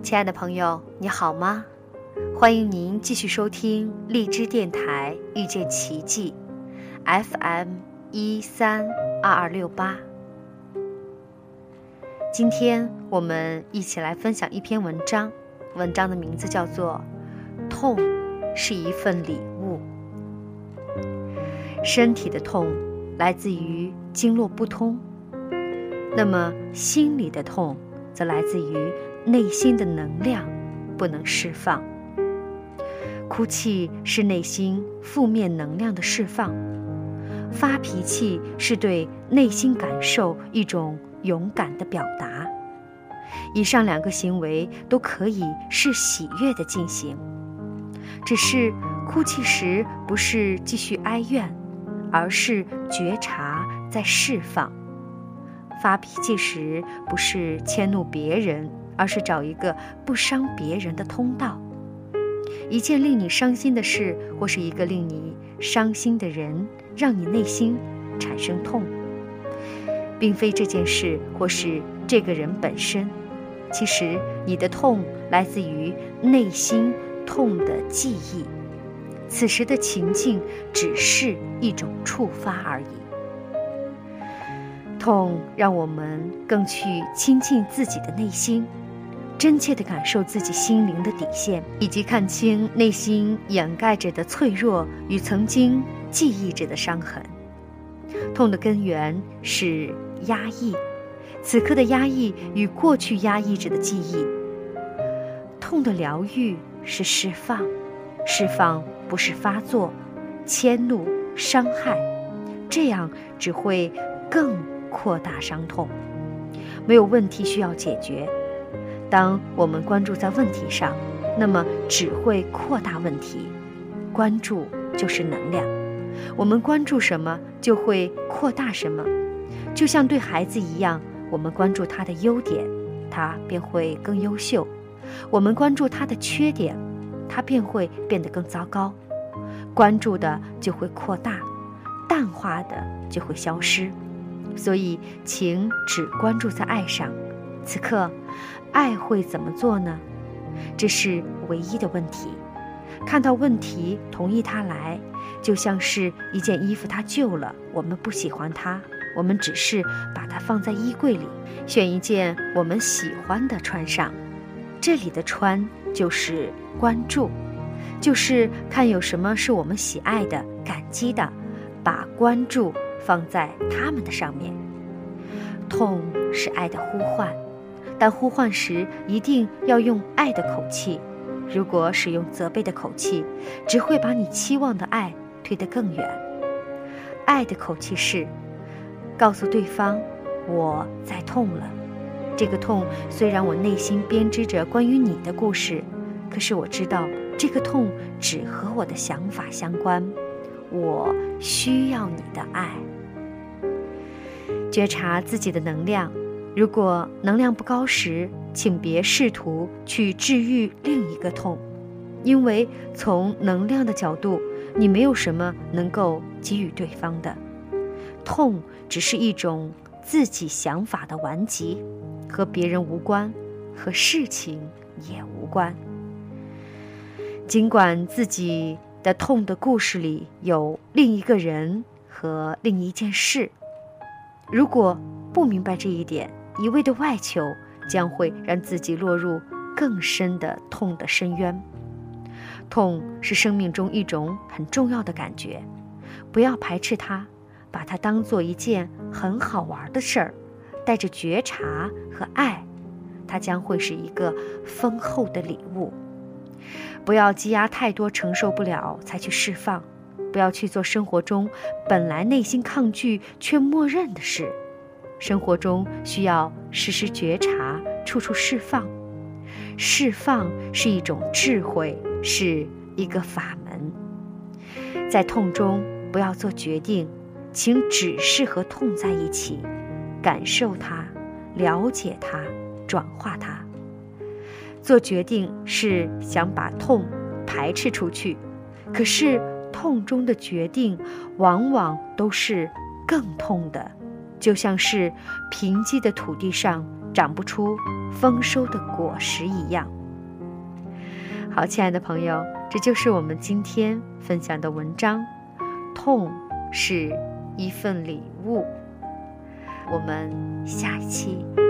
亲爱的朋友，你好吗？欢迎您继续收听荔枝电台遇见奇迹 FM132268。今天我们一起来分享一篇文章，文章的名字叫做《痛是一份礼物》。身体的痛来自于经络不通，那么心里的痛则来自于内心的能量不能释放。哭泣是内心负面能量的释放，发脾气是对内心感受一种勇敢的表达。以上两个行为都可以是喜悦的进行，只是哭泣时不是继续哀怨，而是觉察在释放；发脾气时不是迁怒别人，而是找一个不伤别人的通道。一件令你伤心的事，或是一个令你伤心的人，让你内心产生痛，并非这件事或是这个人本身，其实你的痛来自于内心痛的记忆，此时的情境只是一种触发而已。痛让我们更去亲近自己的内心，真切地感受自己心灵的底线，以及看清内心掩盖着的脆弱与曾经记忆着的伤痕。痛的根源是压抑，此刻的压抑与过去压抑着的记忆。痛的疗愈是释放，释放不是发作、迁怒、伤害，这样只会更扩大伤痛。没有问题需要解决，当我们关注在问题上，那么只会扩大问题。关注就是能量，我们关注什么就会扩大什么。就像对孩子一样，我们关注他的优点，他便会更优秀；我们关注他的缺点，他便会变得更糟糕。关注的就会扩大，淡化的就会消失。所以请只关注在爱上，此刻爱会怎么做呢？这是唯一的问题。看到问题，同意它来，就像是一件衣服它旧了，我们不喜欢它，我们只是把它放在衣柜里，选一件我们喜欢的穿上。这里的穿就是关注，就是看有什么是我们喜爱的、感激的，把关注放在他们的上面。痛是爱的呼唤，但呼唤时一定要用爱的口气，如果使用责备的口气，只会把你期望的爱推得更远。爱的口气是告诉对方，我在痛了，这个痛虽然我内心编织着关于你的故事，可是我知道这个痛只和我的想法相关，我需要你的爱。觉察自己的能量，如果能量不高时，请别试图去治愈另一个痛，因为从能量的角度，你没有什么能够给予对方的。痛只是一种自己想法的顽疾，和别人无关，和事情也无关。尽管自己的痛的故事里有另一个人和另一件事，如果不明白这一点，一味的外求将会让自己落入更深的痛的深渊。痛是生命中一种很重要的感觉，不要排斥它，把它当作一件很好玩的事儿，带着觉察和爱，它将会是一个丰厚的礼物。不要积压太多承受不了才去释放，不要去做生活中本来内心抗拒却默认的事。生活中需要时时觉察，处处释放。释放是一种智慧，是一个法门。在痛中不要做决定，请只是和痛在一起，感受它，了解它，转化它。做决定是想把痛排斥出去，可是痛中的决定往往都是更痛的，就像是贫瘠的土地上长不出丰收的果实一样。 好，亲爱的朋友，这就是我们今天分享的文章，痛是一份礼物。我们下一期